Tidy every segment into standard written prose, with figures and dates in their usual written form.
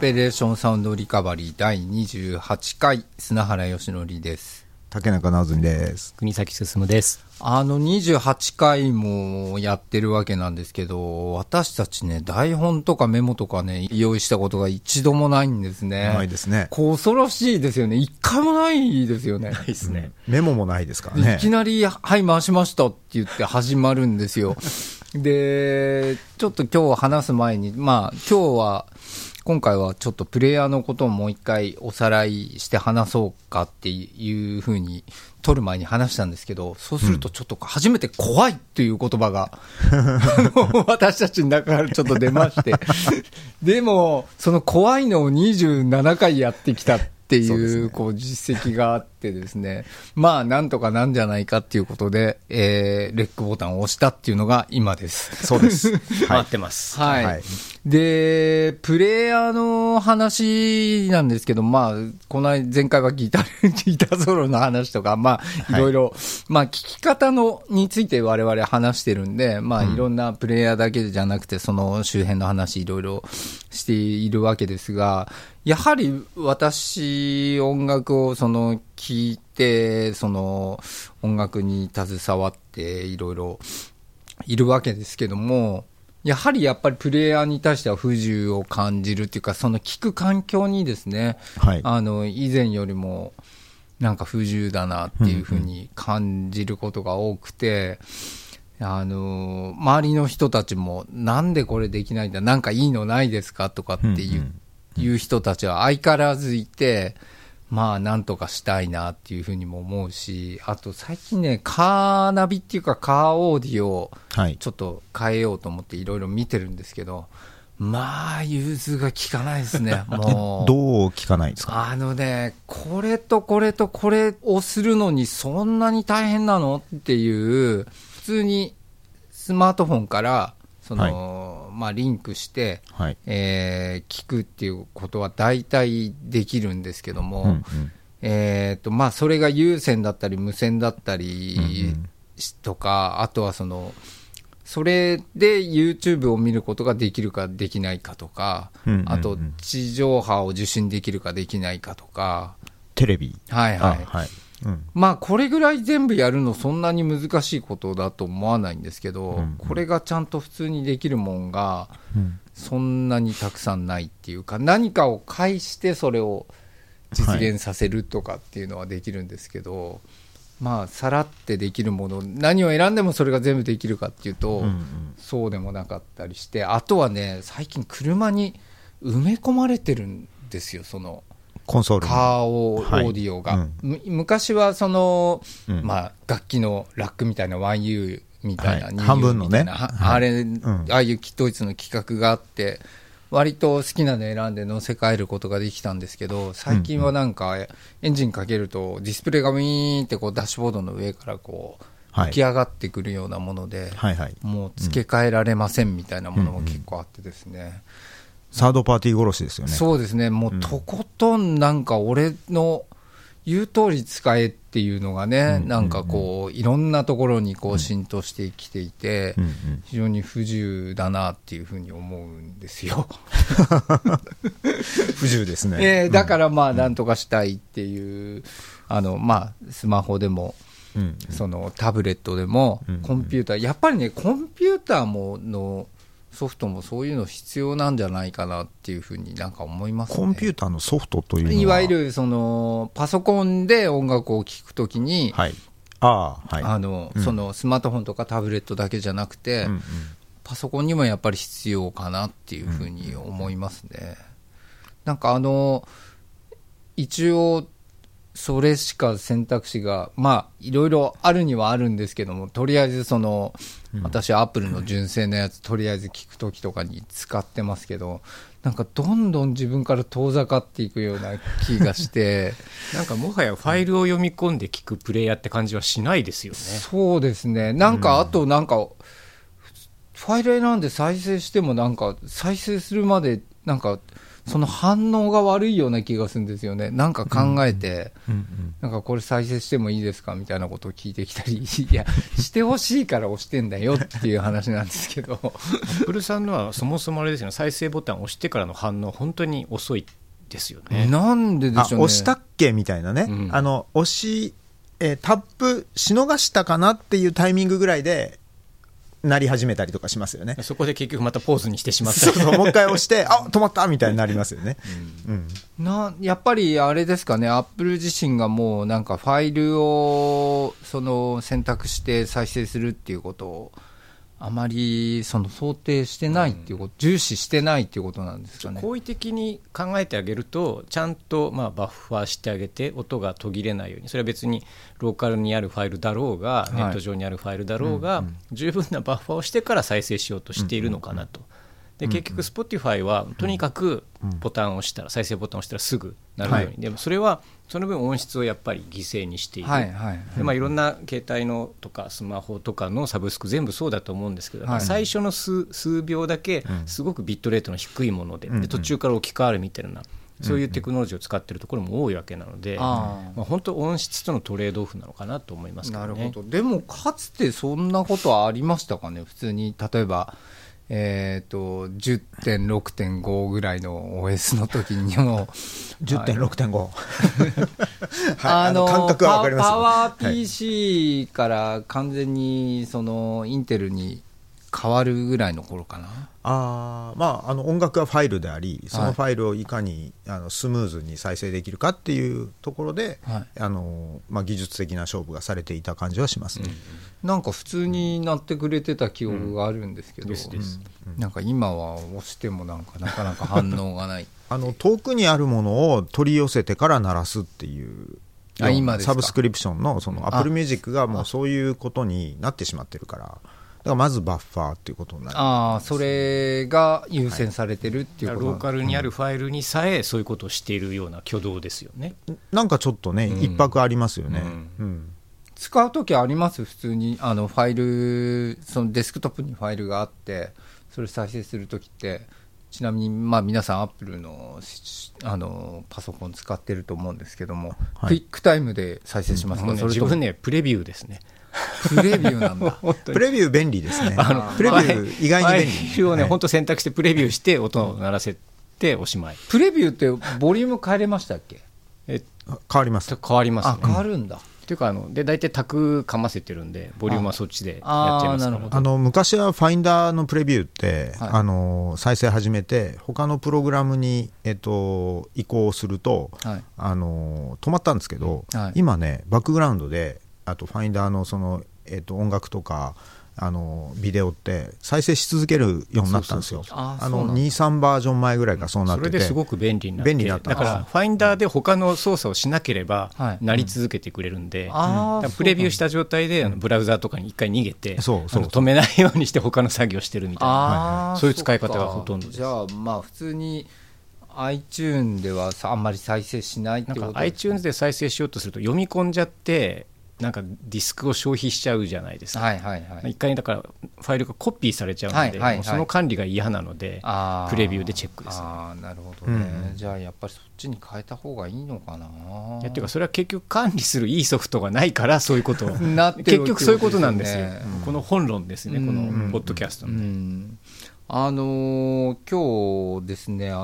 ペレーションサウンドリカバリー第28回砂原義則です。 竹中直純です。 国崎進です。 28回もやってるわけなんですけど、私たちね、台本とかメモとかね、用意したことが一度もないんですね。 ないですね。 恐ろしいですよね。一回もないですよね。 ないですね。 メモもないですからね。 いきなり、はい、回しましたって言って始まるんですよ。で、ちょっと今日話す前に、今回はちょっとプレイヤーのことをもう一回おさらいして話そうかっていうふうに撮る前に話したんですけど、そうするとちょっと初めて怖いという言葉が、私たちの中からちょっと出ましてでもその怖いのを27回やってきたっていう、実績があってですね、なんとかなんじゃないかっていうことで、レックボタンを押したっていうのが今です。 そうです。 回ってます。 はい。で、プレイヤーの話なんですけど、この前回はギターソロの話とか、いろいろ、聞き方について我々話してるんで、いろんなプレイヤーだけじゃなくて、その周辺の話いろいろしているわけですが、やはり私、音楽を聴いて、音楽に携わっていろいろいるわけですけども、やっぱりプレイヤーに対しては不自由を感じるっていうか、その聞く環境にですね、以前よりもなんか不自由だなっていうふうに感じることが多くて、周りの人たちもなんでこれできないんだ、なんかいいのないですかとかっていう人たちは相変わらずいて、なんとかしたいなっていうふうにも思うし、あと最近ね、カーナビっていうかカーオーディオをちょっと変えようと思っていろいろ見てるんですけど、融通が効かないですね。もうどう効かないですか？ これとこれとこれをするのにそんなに大変なのっていう、普通にスマートフォンからリンクして、聞くっていうことは大体できるんですけども、それが有線だったり無線だったりとか、あとはそれで YouTube を見ることができるかできないかとか、あと地上波を受信できるかできないかとか、 テレビ、 これぐらい全部やるのそんなに難しいことだと思わないんですけど、これがちゃんと普通にできるもんがそんなにたくさんないっていうか、何かを介してそれを実現させるとかっていうのはできるんですけど、さらってできるもの、何を選んでもそれが全部できるかっていうと、そうでもなかったりして、あとはね、最近車に埋め込まれてるんですよ、 コンソールカーオーディオが、昔は楽器のラックみたいな 1U みたいな、 半分のね、 ああいうドイツの規格があって、割と好きなの選んで乗せ替えることができたんですけど、最近はなんかエンジンかけるとディスプレイがウィーンってダッシュボードの上から浮き上がってくるようなもので、もう付け替えられませんみたいなものも結構あってですね、 サードパーティー殺しですよね。 そうですね、もうとことんなんか俺の言う通り使えっていうのがね、なんかいろんなところに浸透してきていて、非常に不自由だなっていうふうに思うんですよ。 不自由ですね。 だからなんとかしたいっていう、スマホでも、タブレットでも、コンピューター、やっぱりね、コンピューターのソフトもそういうの必要なんじゃないかなっていうふうになんか思いますね。 コンピューターのソフトというのは、 いわゆるパソコンで音楽を聴くときに、そのスマートフォンとかタブレットだけじゃなくて、パソコンにもやっぱり必要かなっていうふうに思いますね。なんか一応それしか選択肢がいろいろあるにはあるんですけども、とりあえず私はアップルの純正のやつとりあえず聞くときとかに使ってますけど、なんかどんどん自分から遠ざかっていくような気がしてなんかもはやファイルを読み込んで聞くプレイヤーって感じはしないですよね。 そうですね。なんかあとなんかファイル選んで再生してもなんか再生するまでなんかその反応が悪いような気がするんですよね。なんか考えて、なんかこれ再生してもいいですかみたいなことを聞いてきたり、いや、してほしいから押してんだよっていう話なんですけど。 Apple さんのはそもそもあれですよね、再生ボタンを押してからの反応、本当に遅いですよね。 なんででしょうね。 押したっけみたいなね。タップし逃したかなっていうタイミングぐらいで、なり始めたりとかしますよね。 そこで結局またポーズにしてしまったりそうもう一回押してあ止まったみたいになりますよね、 やっぱりあれですかね、アップル自身がもうなんかファイルを選択して再生するっていうことをあまり想定してないっていうこと、重視してないっていうことなんですかね。 好意的に考えてあげるとちゃんとバッファーしてあげて音が途切れないように、それは別にローカルにあるファイルだろうが、ネット上にあるファイルだろうが、十分なバッファーをしてから再生しようとしているのかなと。で結局 Spotify はとにかくボタンを押したら、再生ボタンを押したらすぐなるように、でもそれはその分音質をやっぱり犠牲にしている、いろんな携帯のとかスマホとかのサブスク全部そうだと思うんですけど、最初の数秒だけすごくビットレートの低いもので、途中から置き換わるみたいな、そういうテクノロジーを使っているところも多いわけなので、本当音質とのトレードオフなのかなと思いますけどね。 なるほど。でもかつてそんなことはありましたかね。普通に例えば10.6.5 ぐらいの OS の時にも 10.6.5 感覚は分かります。 パワー PC から完全にインテルに変わるぐらいの頃かな。 音楽はファイルであり、そのファイルをいかにスムーズに再生できるかっていうところで、技術的な勝負がされていた感じはしますね。 なんか普通になってくれてた記憶があるんですけど、なんか今は押してもなかなか反応がない遠くにあるものを取り寄せてから鳴らすっていう今ですか。 サブスクリプションのApple Music がもうそういうことになってしまってるから、だからまずバッファーっていうことになる。 それが優先されてるっていうこと、 ローカルにあるファイルにさえそういうことをしているような挙動ですよね。 なんかちょっとね、一泊ありますよね。 使うときあります。普通にファイル、デスクトップにファイルがあってそれ再生するときって、ちなみに皆さんアップルのパソコン使ってると思うんですけども、クイックタイムで再生しますか。 自分ねプレビューですね。 プレビューなんだプレビュー便利ですね。プレビュー意外に便利。 ファイルをね、本当選択してプレビューして音を鳴らせておしまい。 プレビューってボリューム変えれましたっけ。 変わります。 変わりますね。 変わるんだ。 というかで大体タクかませてるんで、ボリュームはそっちでやっちゃいますから。 昔はファインダーのプレビューって、再生始めて他のプログラムに、移行すると、止まったんですけど、今ねバックグラウンドであとファインダーの音楽とかビデオって再生し続けるようになったんですよ。2、3バージョン前ぐらいからそうなってて、 それですごく便利になって、だからファインダーで他の操作をしなければなり続けてくれるんで、プレビューした状態でブラウザーとかに一回逃げて止めないようにして他の作業してるみたいな、そういう使い方がほとんどです。 じゃあ普通にiTunes ではあんまり再生しないってことですか。 iTunes で再生しようとすると読み込んじゃってなんかディスクを消費しちゃうじゃないですか。一回だからファイルがコピーされちゃうので、もうその管理が嫌なのでプレビューでチェックですね。 なるほどね、じゃあやっぱりそっちに変えた方がいいのかな。 っていうかそれは結局管理するいいソフトがないからそういうことなってる結局そういうことなんですよ、この本論ですね、このポッドキャストの、 今日ですね、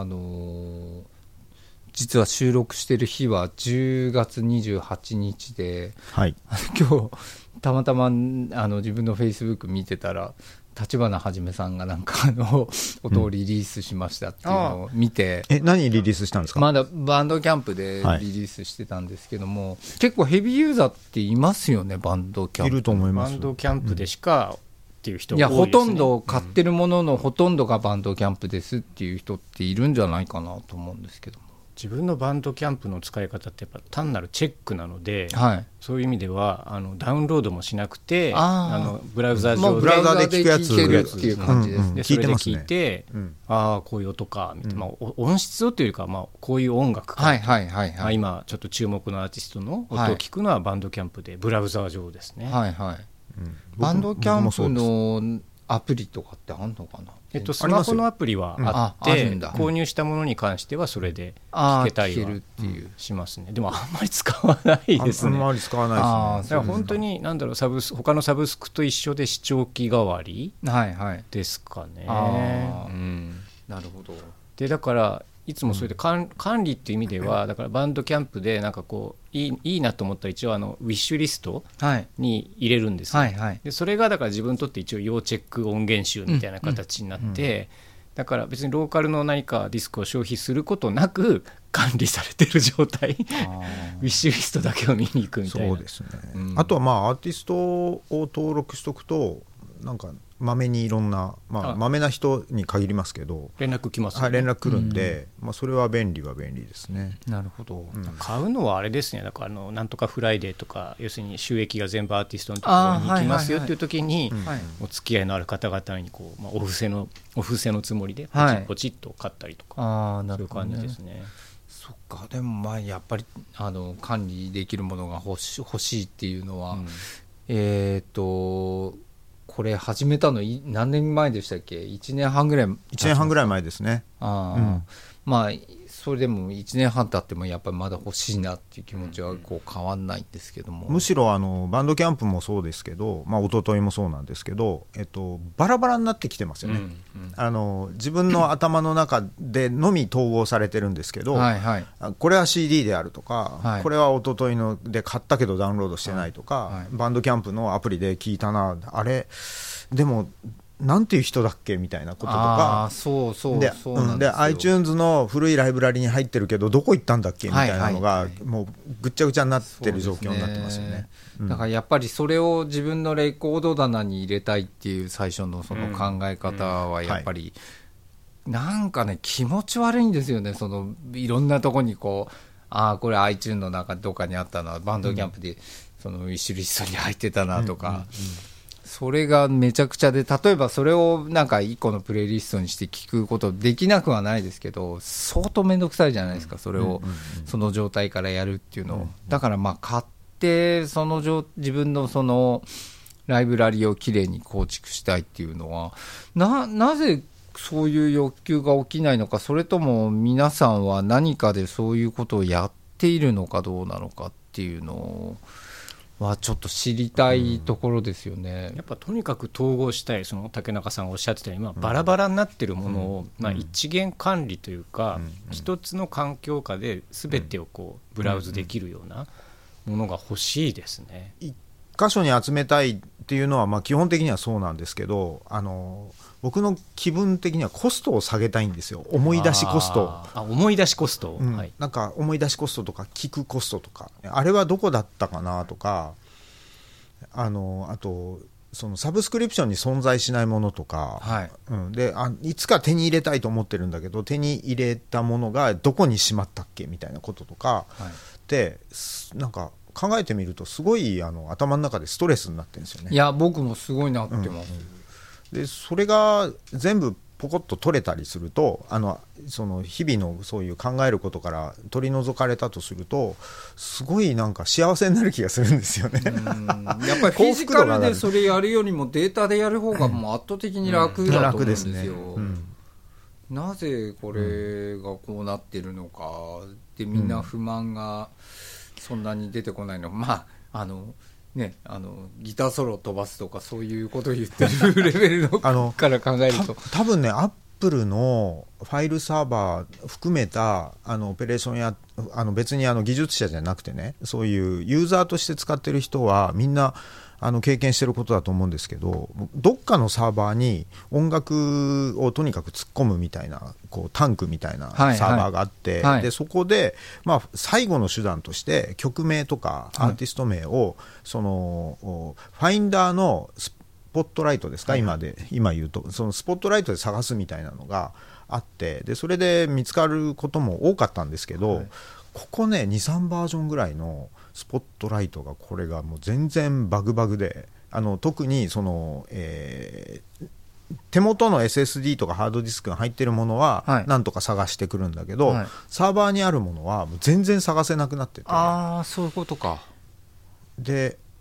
実は収録してる日は10月28日で、今日たまたま自分のフェイスブック見てたら立花はじめさんがなんか音をリリースしましたっていうのを見て、 何リリースしたんですか。 まだバンドキャンプでリリースしてたんですけども、結構ヘビーユーザーっていますよね。バンドキャンプいると思います。 バンドキャンプでしか、っていう人が多いですね。 ほとんど買ってるもののほとんどがバンドキャンプですっていう人っているんじゃないかなと思うんですけども、 自分のバンドキャンプの使い方ってやっぱ単なるチェックなので、そういう意味ではダウンロードもしなくてブラウザ上でブラウザで聞くやつっていう感じですね。 それで聞いて、こういう音かみたいな、音質をというか、こういう音楽か、今ちょっと注目のアーティストの音を聞くのはバンドキャンプでブラウザ上ですね。 バンドキャンプのアプリとかってあんのかな。 スマホのアプリはあって、購入したものに関してはそれで聞けたりはしますね。でもあんまり使わないですね。 あんまり使わないですね。 だから本当に他のサブスクと一緒で視聴器代わりですかね。 なるほど。 でだからいつもそれで管理っていう意味では、だからバンドキャンプでなんかこういいなと思ったら一応ウィッシュリストに入れるんですよ。でそれがだから自分にとって一応要チェック音源集みたいな形になって、だから別にローカルの何かディスクを消費することなく管理されてる状態ウィッシュリストだけを見に行くみたいな。 そうですね、あとはアーティストを登録しとくとなんかまめにいろんなまめな人に限りますけど連絡来ますよね。 連絡来るんで、それは便利ですね。 なるほど、 買うのはあれですね。だからなんとかフライデーとか要するに収益が全部アーティストのところに行きますよっていう時にお付き合いのある方々にこう、お布施のつもりでポチッと買ったりとか、そういう感じですね。 そっか。でもやっぱり管理できるものが欲しいっていうのは、これ始めたの何年前でしたっけ。1年半ぐらい。1 年半ぐらい前ですね。 それでも1年半経ってもやっぱりまだ欲しいなっていう気持ちはこう変わんないんですけども、 むしろバンドキャンプもそうですけど、一昨日もそうなんですけど、バラバラになってきてますよね。自分の頭の中でのみ統合されてるんですけど、これは CD であるとか、これは一昨日ので買ったけどダウンロードしてないとか、バンドキャンプのアプリで聞いたな、あれでもなんていう人だっけみたいなこととか、で iTunes の古いライブラリに入ってるけどどこ行ったんだっけみたいなのがもうぐっちゃぐちゃになってる状況になってますよね。 だからやっぱりそれを自分のレコード棚に入れたいっていう最初のその考え方はやっぱりなんかね気持ち悪いんですよね。いろんなとこにこれ iTunes の中どっかにあったのはバンドキャンプでそのウィッシュリストに入ってたなとか、それがめちゃくちゃで、例えばそれをなんか1個のプレイリストにして聞くことできなくはないですけど、相当めんどくさいじゃないですか、それをその状態からやるっていうのを。だから買って自分のそのライブラリをきれいに構築したいっていうのはなぜそういう欲求が起きないのか、それとも皆さんは何かでそういうことをやっているのかどうなのかっていうのをはちょっと知りたいところですよね。 やっぱとにかく統合したい。その竹中さんがおっしゃってたようにバラバラになっているものを、一元管理というか、一つの環境下で全てをこうブラウズできるようなものが欲しいですね。 一箇所に集めたいっていうのは基本的にはそうなんですけど、僕の気分的にはコストを下げたいんですよ。思い出しコスト。 思い出しコスト、 なんか思い出しコストとか聞くコストとか、あれはどこだったかなとか、あとそのサブスクリプションに存在しないものとか、でいつか手に入れたいと思ってるんだけど手に入れたものがどこにしまったっけみたいなこととかで、なんか考えてみるとすごい頭の中でストレスになってるんですよね。 いや僕もすごいなってます、 でそれが全部ポコッと取れたりすると、その日々のそういう考えることから取り除かれたとすると、すごいなんか幸せになる気がするんですよね。やっぱりフィジカルでそれやるよりもデータでやる方がもう圧倒的に楽だと思うんですよ。なぜこれがこうなってるのかで、みんな不満がそんなに出てこないの。ギターソロを飛ばすとかそういうことを言ってるレベルのから考えると多分ね、アップルのファイルサーバー含めたオペレーションや別に技術者じゃなくてね、そういうユーザーとして使ってる人はみんな経験してることだと思うんですけど、どっかのサーバーに音楽をとにかく突っ込むみたいなタンクみたいなサーバーがあって、でそこで、最後の手段として曲名とかアーティスト名を、そのファインダーのスポットライトですか、今言うとそのスポットライトで探すみたいなのがあって、でそれで見つかることも多かったんですけど、ここね 2,3 バージョンぐらいのスポットライトがこれがもう全然バグで、特にその、手元の SSD とかハードディスクが入ってるものはなんとか探してくるんだけど、サーバーにあるものはもう全然探せなくなってて。 そういうことか。 で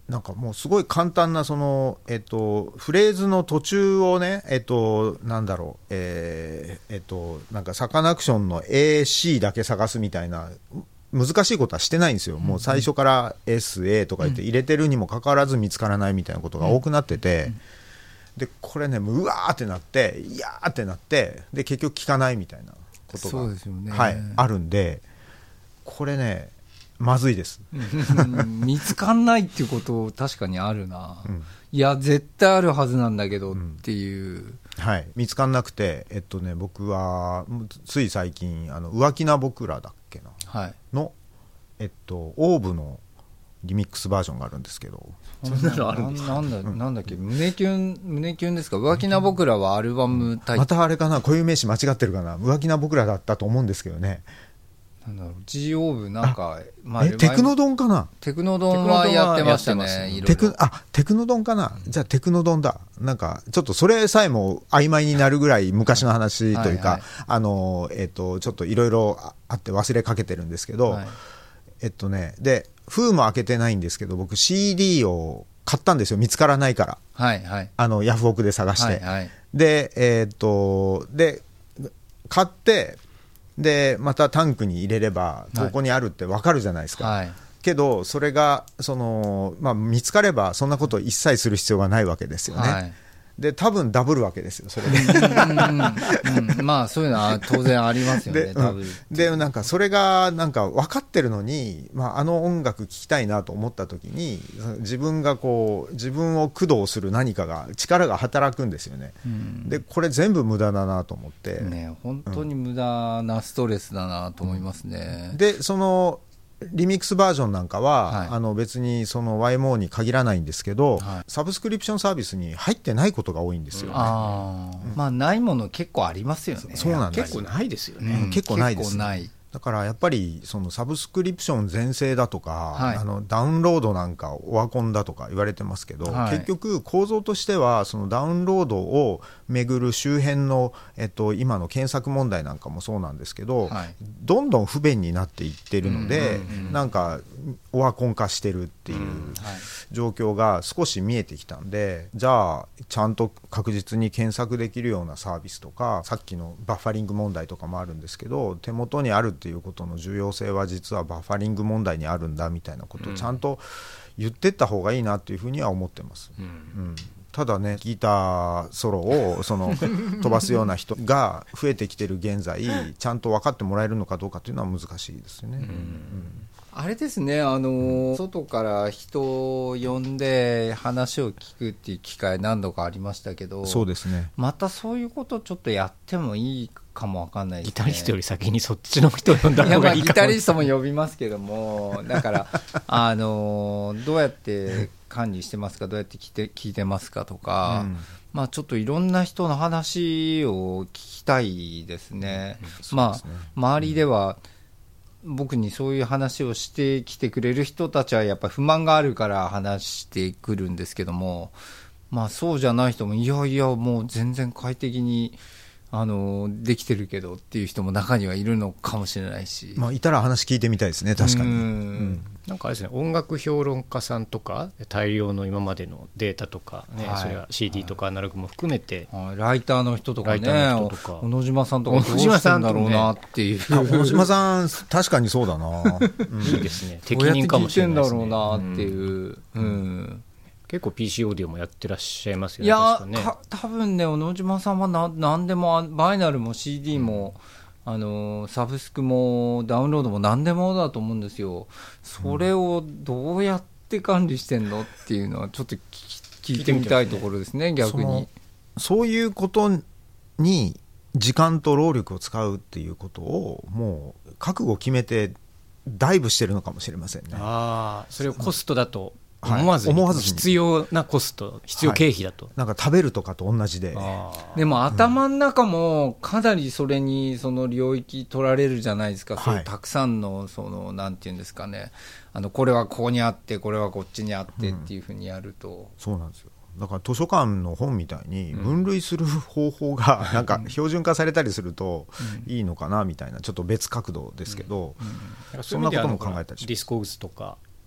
なんかもうすごい簡単なその、フレーズの途中をね、なんだろう、なんかサカナクションの A、C だけ探すみたいな難しいことはしてないんですよ。もう最初から S、A とか言って入れてるにもかかわらず見つからないみたいなことが多くなってて、でこれね、もううわーってなって、いやーってなって、で結局聞かないみたいなことが、 そうですよね、 はい、あるんで、これねまずいです。 見つかんないっていうこと確かにあるな、いや絶対あるはずなんだけどっていう、 はい、見つかんなくて、僕はつい最近浮気な僕らだっけな、はい、の、オーブのリミックスバージョンがあるんですけど、 そんなのあるんですか。 なんだっけ、胸キュンですか。浮気な僕らはアルバムタイトル、 またあれかな、固有名詞間違ってるかな、浮気な僕らだったと思うんですけどね。 なんだろう、 G オーブなんか、 テクノドンかな。 テクノドンはやってましたね。いろいろテクノドンかな、じゃあテクノドンだ。なんかちょっとそれさえも曖昧になるぐらい昔の話というか、ちょっといろいろあって忘れかけてるんですけど、はい、で封も開けてないんですけど、僕 CD を買ったんですよ、見つからないから、はいはい、ヤフオクで探して、はいはい、でで買って、でまたタンクに入れればここにあるって分かるじゃないですか、はい、けどそれが見つかればそんなことを一切する必要がないわけですよね、はい、で多分ダブるわけですよ、それでまあそういうのは当然ありますよね。ダブルでなんかそれがなんか分かってるのに、あの音楽聴きたいなと思った時に自分が自分を駆動する何かが力が働くんですよね、でこれ全部無駄だなと思って、 ね、本当に無駄なストレスだなと思いますね、 でそのリミックスバージョンなんかは、はい、別にその YMO に限らないんですけど、はい、サブスクリプションサービスに入ってないことが多いんですよね。 ないもの結構ありますよね。 そうなんです。 結構ないですよね、 結構ないですね。だからやっぱりそのサブスクリプション全盛だとか、はい、ダウンロードなんかオワコンだとか言われてますけど、はい、結局構造としてはそのダウンロードをめぐる周辺の、今の検索問題なんかもそうなんですけど、はい、どんどん不便になっていってるので、なんかオワコン化してるっていう状況が少し見えてきたんで、じゃあちゃんと確実に検索できるようなサービスとか、さっきのバッファリング問題とかもあるんですけど、手元にあるっていうことの重要性は実はバッファリング問題にあるんだみたいなことをちゃんと言ってった方がいいなっていうふうには思ってます、ただね、ギターソロを飛ばすような人が増えてきてる現在、ちゃんと分かってもらえるのかどうかというのは難しいですよね。 あれですね、外から人を呼んで話を聞くっていう機会何度かありましたけど、 そうですね、 またそういうことちょっとやってもいいかもわかんないですね。 ギタリストより先にそっちの人を呼んだ方がいいかも。 ギタリストも呼びますけども、だからどうやって管理してますか、どうやって聞いてますかとか、ちょっといろんな人の話を聞きたいですね。周りでは僕にそういう話をしてきてくれる人たちはやっぱり不満があるから話してくるんですけども、そうじゃない人もいやいやもう全然快適にできてるけどっていう人も中にはいるのかもしれないし、 いたら話聞いてみたいですね。確かになんかあれですね、音楽評論家さんとか大量の今までのデータとか、ね、それは CD とかアナログも含めて、 ライターの人とかね、小野島さんとかどうしてんだろうなっていう、 小野島さん確かにそうだな、 いいですね、適任かもしれないですね。 どうやって聞いてんだろうなっていう、 結構 PC オーディオもやってらっしゃいますよね。 いや、多分ね、小野島さんは何でもバイナルも CD も、サブスクもダウンロードも何でもだと思うんですよ。それをどうやって管理してんのっていうのはちょっと聞いてみたいところですね、逆に。 そういうことに時間と労力を使うっていうことをもう覚悟を決めてダイブしてるのかもしれませんね。 それをコストだと思わずに必要なコスト、必要経費だと、 なんか食べるとかと同じで。 でも頭の中もかなりそれにその領域取られるじゃないですか、そうたくさんのなんていうんですかね、これはここにあってこれはこっちにあってっていうふうにやると、 そうなんですよ。だから図書館の本みたいに分類する方法がなんか標準化されたりするといいのかなみたいな、ちょっと別角度ですけど、そんなことも考えたりします。 ディスコグスとか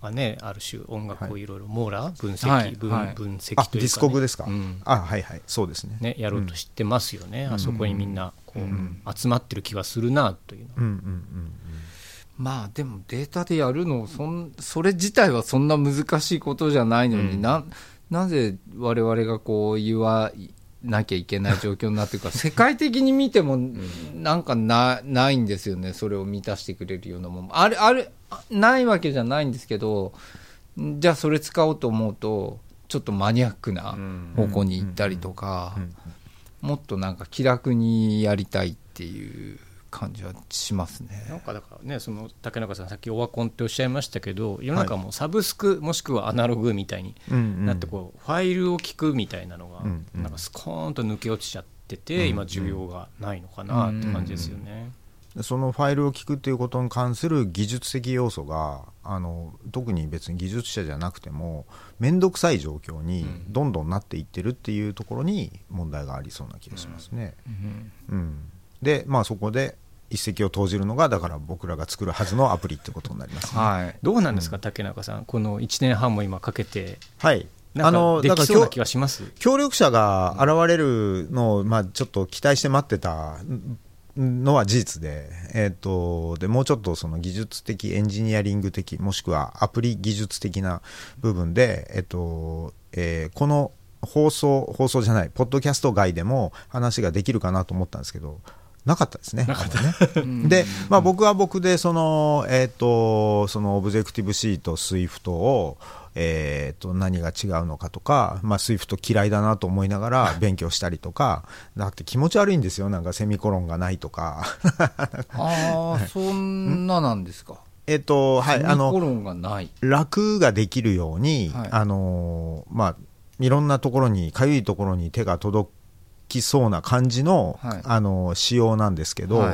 ね、ある種音楽をいろいろ網羅分析、分析というか、ね、 ディスコグですか、はいはい、そうですね、 やろうとしてますよね、あそこにみんなこう、集まってる気がするなというのは、 まあでもデータでやるのそれ自体はそんな難しいことじゃないのに、なぜ我々がこう言わなきゃいけない状況になってるか世界的に見てもなんかないんですよね。それを満たしてくれるようなものないわけじゃないんですけど、じゃあそれ使おうと思うとちょっとマニアックな方向に行ったりとか、もっとなんか気楽にやりたいっていう感じはしますね。 なんかだからね、その竹中さんさっきオワコンっておっしゃいましたけど、世の中もサブスクもしくはアナログみたいになってこうファイルを聞くみたいなのがなんかスコーンと抜け落ちちゃってて、今需要がないのかなって感じですよね。 そのファイルを聞くということに関する技術的要素が特に別に技術者じゃなくても面倒くさい状況にどんどんなっていってるっていうところに問題がありそうな気がしますね。で、そこで一石を投じるのがだから僕らが作るはずのアプリってことになりますね。 どうなんですか、竹中さん、この1年半も今かけて、 なんかできそうな気がします。 協力者が現れるのを、ちょっと期待して待ってたのは事実で、でもうちょっとその技術的エンジニアリング的もしくはアプリ技術的な部分で、この放送じゃないポッドキャスト外でも話ができるかなと思ったんですけどなかったですね。で、僕は僕でそのオブジェクティブ C と Swift を何が違うのかとか、Swift 嫌いだなと思いながら勉強したりとかだって気持ち悪いんですよ、なんかセミコロンがないとかそんななんですか。セミコロンがない、 楽ができるように、いろんなところにかゆいところに手が届きそうな感じの、仕様なんですけど、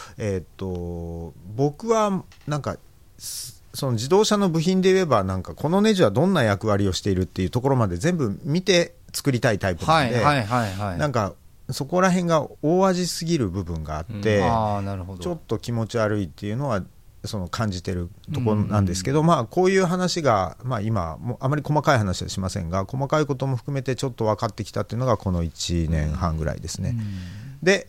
僕はなんかその自動車の部品で言えばなんかこのネジはどんな役割をしているっていうところまで全部見て作りたいタイプなので、なんかそこら辺が大味すぎる部分があって、ちょっと気持ち悪いっていうのはその感じてるところなんですけど、こういう話が、今もあまり細かい話はしませんが細かいことも含めてちょっと分かってきたっていうのがこの1年半ぐらいですね。で、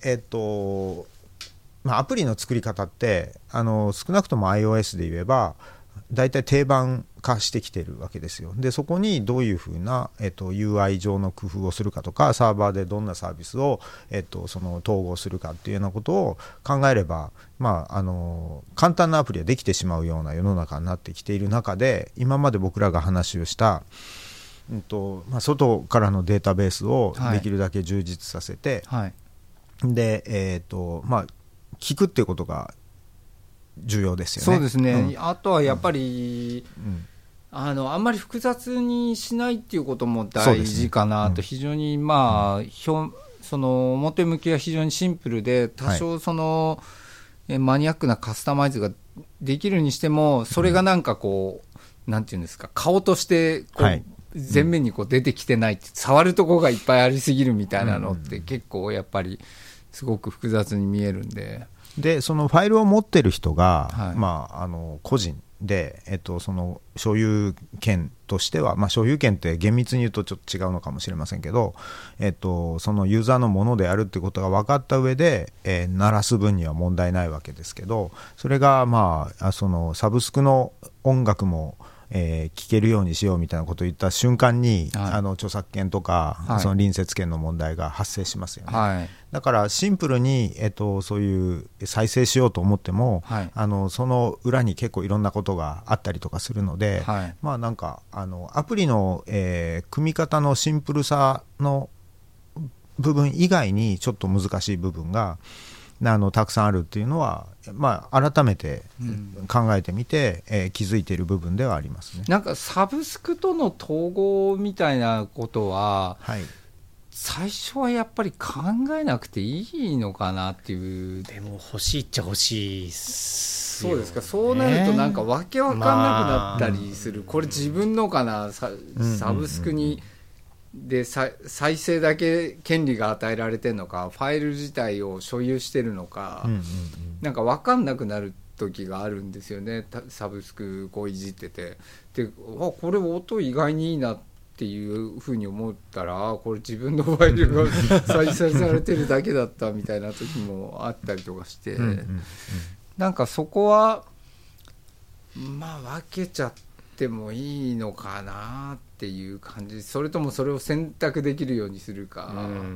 アプリの作り方って少なくとも iOS で言えばだいたい定番化してきてるわけですよ。でそこにどういうふうな、UI 上の工夫をするかとかサーバーでどんなサービスを、その統合するかっていうようなことを考えれば、簡単なアプリはできてしまうような世の中になってきている中で、今まで僕らが話をした、外からのデータベースをできるだけ充実させて、で、聞くっていうことが重要ですよね。 そうですね、あとはやっぱり、あんまり複雑にしないっていうことも大事かなと、非常にその表向きは非常にシンプルで多少その、マニアックなカスタマイズができるにしてもそれがなんかこう、なんていうんですか、顔としてこう、前面にこう出てきてないって、触るところがいっぱいありすぎるみたいなのって結構やっぱりすごく複雑に見えるんで、 そのファイルを持ってる人が、個人で、その所有権としては、所有権って厳密に言うとちょっと違うのかもしれませんけど、そのユーザーのものであるってことが分かった上で、鳴らす分には問題ないわけですけど、それがそのサブスクの音楽も聞けるようにしようみたいなことを言った瞬間に、著作権とか、その隣接権の問題が発生しますよね。だからシンプルに、そういう再生しようと思っても、その裏に結構いろんなことがあったりとかするので、なんかアプリの、組み方のシンプルさの部分以外にちょっと難しい部分がたくさんあるっていうのは、改めて考えてみて、気づいている部分ではありますね。 なんかサブスクとの統合みたいなことは、最初はやっぱり考えなくていいのかなっていう。 でも欲しいっちゃ欲しいっすよね。 そうですか。そうなるとなんかわけわかんなくなったりする、これ自分のかな、サブスクにで再生だけ権利が与えられてるのか、ファイル自体を所有してるのか、なんか分かんなくなるっ時があるんですよね。サブスクこういじってて、でこれ音意外にいいなっていうふうに思ったら、これ自分のファイルが再生されてるだけだったみたいな時もあったりとかして、なんかそこはまあ分けちゃってもいいのかなっていう感じ。それともそれを選択できるようにするか。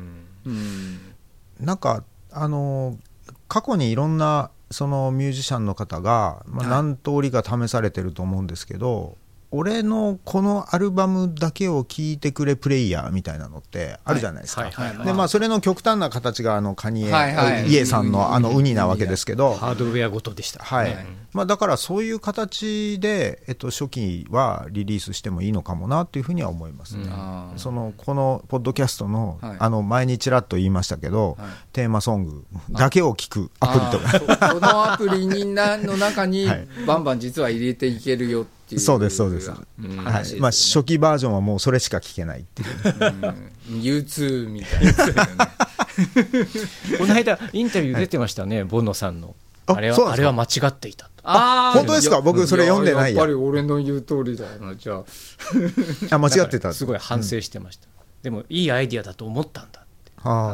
なんか過去にいろんなそのミュージシャンの方が、何通りか試されてると思うんですけど、俺のこのアルバムだけを聴いてくれプレイヤーみたいなのってあるじゃないですか。でそれの極端な形がカニエ、イエさんのウニなわけですけど、 ハードウェアごとでした。 だからそういう形で、初期はリリースしてもいいのかもなというふうには思いますね。このポッドキャストの、前にちらっと言いましたけど、テーマソングだけを聴くアプリとか、 そのアプリの中にバンバン実は入れていけるよっていう。 そうですそうです、初期バージョンはもうそれしか聴けないっていう、 U2 みたいなこの間インタビュー出てましたね、ボノさんの。あれは間違っていたと。 本当ですか？僕それ読んでない。 やっぱり俺の言う通りだよな。じゃあ間違ってた。 すごい反省してました。でもいいアイディアだと思ったんだって。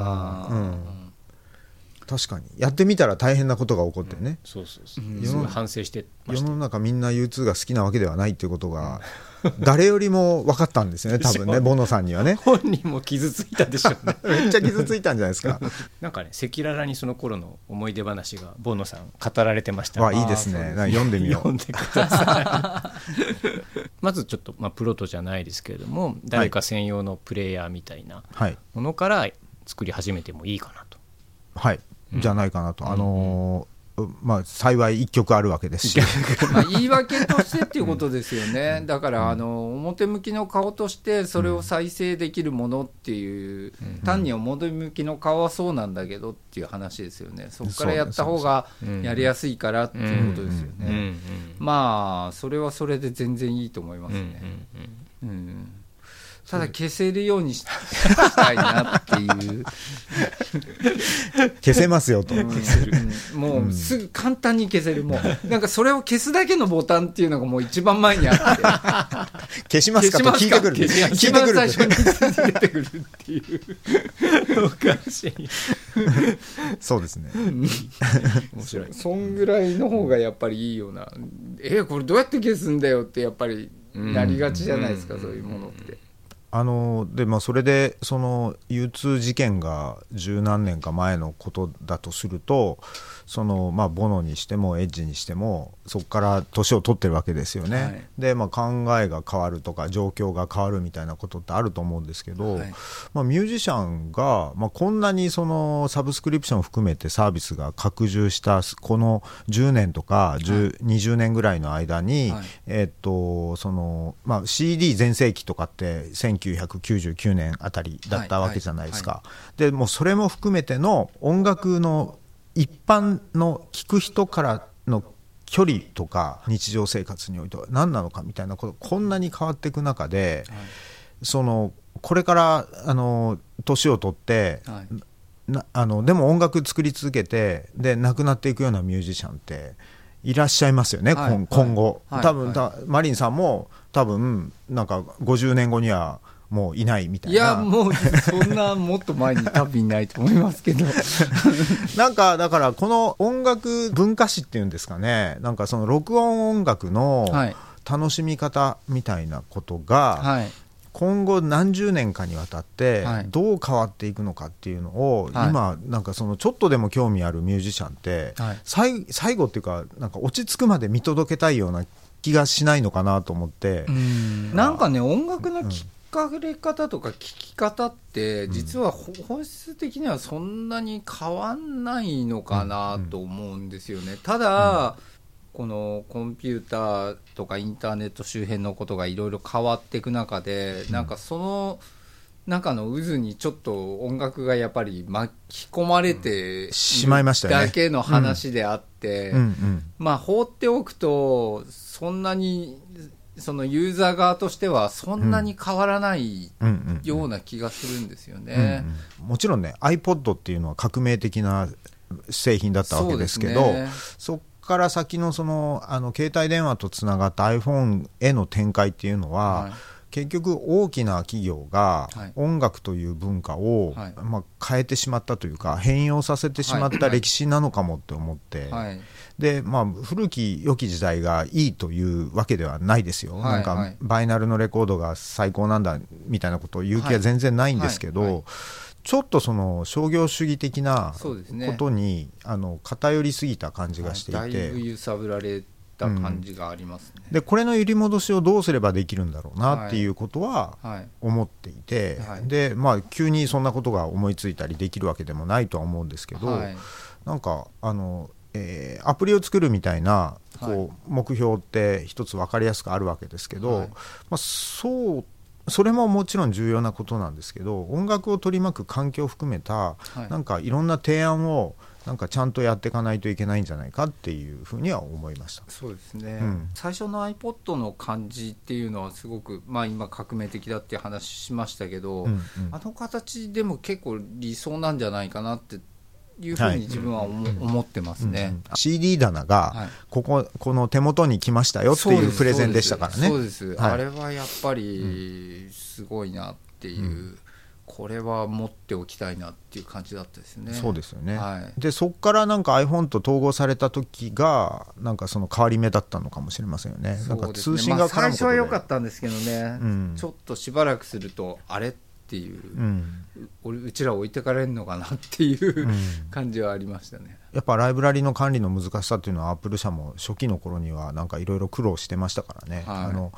確かにやってみたら大変なことが起こってね。 すごい反省してました。 世の中みんな U2 が好きなわけではないっていうことが誰よりも分かったんですよね、多分ね、ボノさんにはね。 本人も傷ついたでしょうね。 めっちゃ傷ついたんじゃないですか。 なんかね、赤裸々にその頃の思い出話がボノさん語られてました。 いいですね。読んでみよう。 読んでください。まずちょっと、プロトじゃないですけれども、誰か専用のプレイヤーみたいなものから作り始めてもいいかなと。 じゃないかなと。幸い1曲あるわけですし言い訳としてっていうことですよね。だから表向きの顔としてそれを再生できるものっていう、単に表向きの顔はそうなんだけどっていう話ですよね。そこからやった方がやりやすいからっていうことですよね。それはそれで全然いいと思いますね。ただ消せるようにしたいなっていう消せますよと、 もうすぐ簡単に消せる。もうなんかそれを消すだけのボタンっていうのがもう一番前にあって消しますかと聞いてくる、 一番最初に出てくるっていうおかしいそうですね。 面白い。 そんぐらいの方がやっぱりいいような。これどうやって消すんだよってやっぱりなりがちじゃないですか、そういうものって。 それでその U2 事件が十何年か前のことだとすると、ボノにしてもエッジにしてもそこから年を取ってるわけですよね。で、考えが変わるとか状況が変わるみたいなことってあると思うんですけど、ミュージシャンが、こんなにそのサブスクリプションを含めてサービスが拡充したこの10年とか20年ぐらいの間に、CD 全盛期とかって1999年あたりだったわけじゃないですか。でもうそれも含めての音楽の一般の聴く人からの距離とか日常生活においては何なのかみたいなこと、こんなに変わっていく中で、これから年を取って、でも音楽作り続けてで亡くなっていくようなミュージシャンっていらっしゃいますよね、今後。多分マリンさんも多分なんか50年後にはもういないみたいな。 いやもうそんなもっと前に多分いないと思いますけどなんかだからこの音楽文化史っていうんですかね、なんかその録音音楽の楽しみ方みたいなことが、今後何十年かにわたってどう変わっていくのかっていうのを、今なんかそのちょっとでも興味あるミュージシャンって、最後っていうかなんか落ち着くまで見届けたいような気がしないのかなと思って。 なんかね、音楽の聞かれ方とか聞き方って実は本質的にはそんなに変わんないのかなと思うんですよね。ただ、このコンピューターとかインターネット周辺のことがいろいろ変わっていく中で、なんかその中の渦にちょっと音楽がやっぱり巻き込まれてしまいましたよねだけの話であって、放っておくとそんなにそのユーザー側としてはそんなに変わらないような気がするんですよね。 もちろんね iPod っていうのは革命的な製品だったわけですけど、そっから先の携帯電話とつながった iPhone への展開っていうのは、はい、結局大きな企業が音楽という文化を、はい、変えてしまったというか変容させてしまった歴史なのかもって思って、はい、で古き良き時代がいいというわけではないですよ、はい、なんかバイナルのレコードが最高なんだみたいなことを言う気は全然ないんですけど、はいはいはい、ちょっと商業主義的なことに、偏りすぎた感じがしていて、はい、だいぶ揺さぶられた感じがありますね、 でこれの揺り戻しをどうすればできるんだろうなっていうことは思っていて、はいはい、で急にそんなことが思いついたりできるわけでもないとは思うんですけど、はい、なんかアプリを作るみたいな目標って一つ分かりやすくあるわけですけど、はい、それももちろん重要なことなんですけど、音楽を取り巻く環境を含めた、はい、なんかいろんな提案をなんかちゃんとやっていかないといけないんじゃないかっていうふうには思いました。 そうですね、最初の iPod の感じっていうのはすごく、今革命的だっていう話しましたけど、あの形でも結構理想なんじゃないかなっていうふうに自分は思ってますね、 CD 棚がこの手元に来ましたよっていうプレゼンでしたからね。 そうです、あれはやっぱりすごいなっていう、これは持っておきたいなっていう感じだったですね。 そうですよね、はい、でそこからなんか iPhone と統合された時がなんかその変わり目だったのかもしれませんよね。なんか通信が絡むことで、 最初は良かったんですけどね、ちょっとしばらくするとあれっていう、うちら置いてかれるのかなっていう感じはありましたね。 やっぱライブラリの管理の難しさっていうのはアップル社も初期の頃にはなんかいろいろ苦労してましたからね、はい、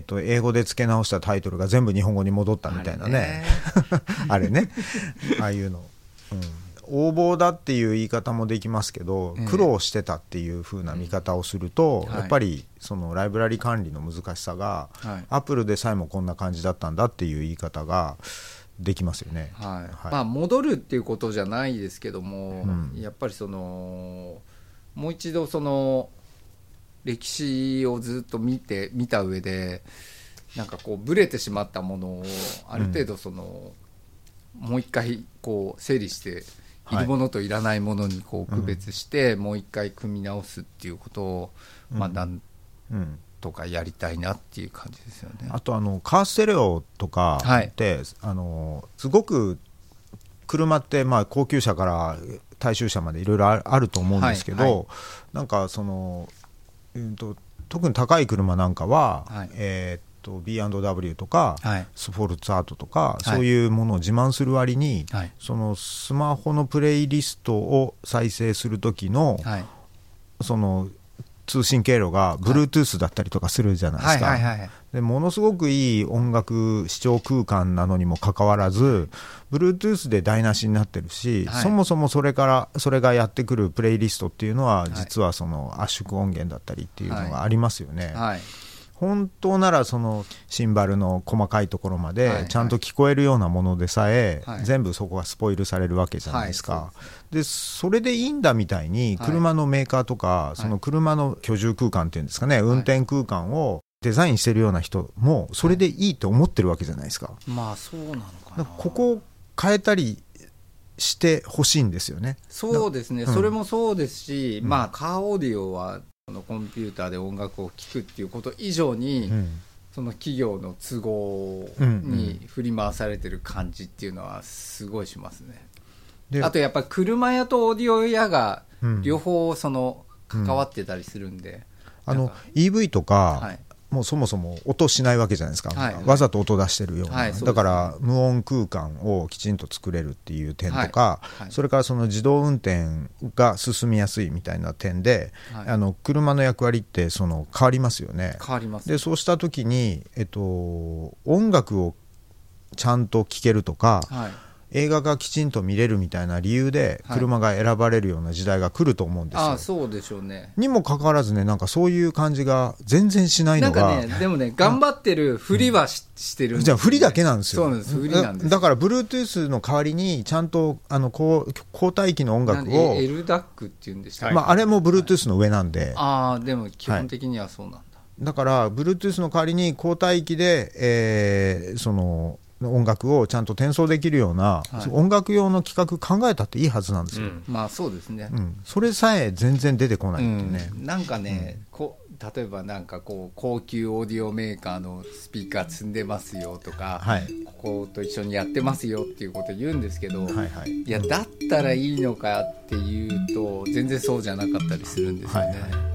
英語で付け直したタイトルが全部日本語に戻ったみたいなねあれねああいうの、横暴だっていう言い方もできますけど、苦労してたっていう風な見方をすると、やっぱりそのライブラリ管理の難しさが、アップルでさえもこんな感じだったんだっていう言い方ができますよね、 戻るっていうことじゃないですけども、やっぱりもう一度歴史をずっと見た上でなんかブレてしまったものをある程度もう一回整理しているものといらないものに区別して、もう一回組み直すっていうことをなんとかやりたいなっていう感じですよね。 あとカーステレオとかって、すごく車って高級車から大衆車までいろいろあると思うんですけど、なんか特に高い車なんかは、B&W とか、スフォルツァートとか、そういうものを自慢する割に、そのスマホのプレイリストを再生する時の、その通信経路が Bluetooth だったりとかするじゃないですか。でものすごくいい音楽視聴空間なのにもかかわらず Bluetooth で台無しになってるし、そもそもそれがやってくるプレイリストっていうのは実はその圧縮音源だったりっていうのがありますよね。本当ならそのシンバルの細かいところまでちゃんと聞こえるようなものでさえ全部そこがスポイルされるわけじゃないですか。でそれでいいんだみたいに車のメーカーとかその車の居住空間っていうんですかね、運転空間をデザインしてるような人もそれでいいと思ってるわけじゃないですか。 そうなのかな。 ここを変えたりしてほしいんですよね。 そうですね、それもそうですし、カーオーディオはコンピューターで音楽を聴くっていうこと以上に、その企業の都合に振り回されてる感じっていうのはすごいしますね。あとやっぱり車屋とオーディオ屋が両方関わってたりするんで、 EV とか、もうそもそも音しないわけじゃないですか、わざと音出してるような、だから無音空間をきちんと作れるっていう点とか、それからその自動運転が進みやすいみたいな点で、車の役割って変わりますよね。 変わります。 でそうした時に、音楽をちゃんと聴けるとか、映画がきちんと見れるみたいな理由で車が選ばれるような時代が来ると思うんですよ。 そうでしょうね。 にもかかわらずね、なんかそういう感じが全然しないのが、 なんかね、でもね、頑張ってるふりはしてるんですよね。 じゃあふりだけなんですよ。 そうなんです、ふりなんです。 だから Bluetooth の代わりにちゃんと交代機の音楽を LDAC っていうんでしたっけ、 あれも Bluetooth の上なんで、 でも基本的にはそうなんだ。 だから Bluetooth の代わりに交代機で、 音楽をちゃんと転送できるような、音楽用の企画考えたっていいはずなんですよ。 まあそうですね、 それさえ全然出てこないってね、 なんかね、例えばなんかこう高級オーディオメーカーのスピーカー積んでますよとか、ここと一緒にやってますよっていうこと言うんですけど、いやだったらいいのかっていうと全然そうじゃなかったりするんですよね。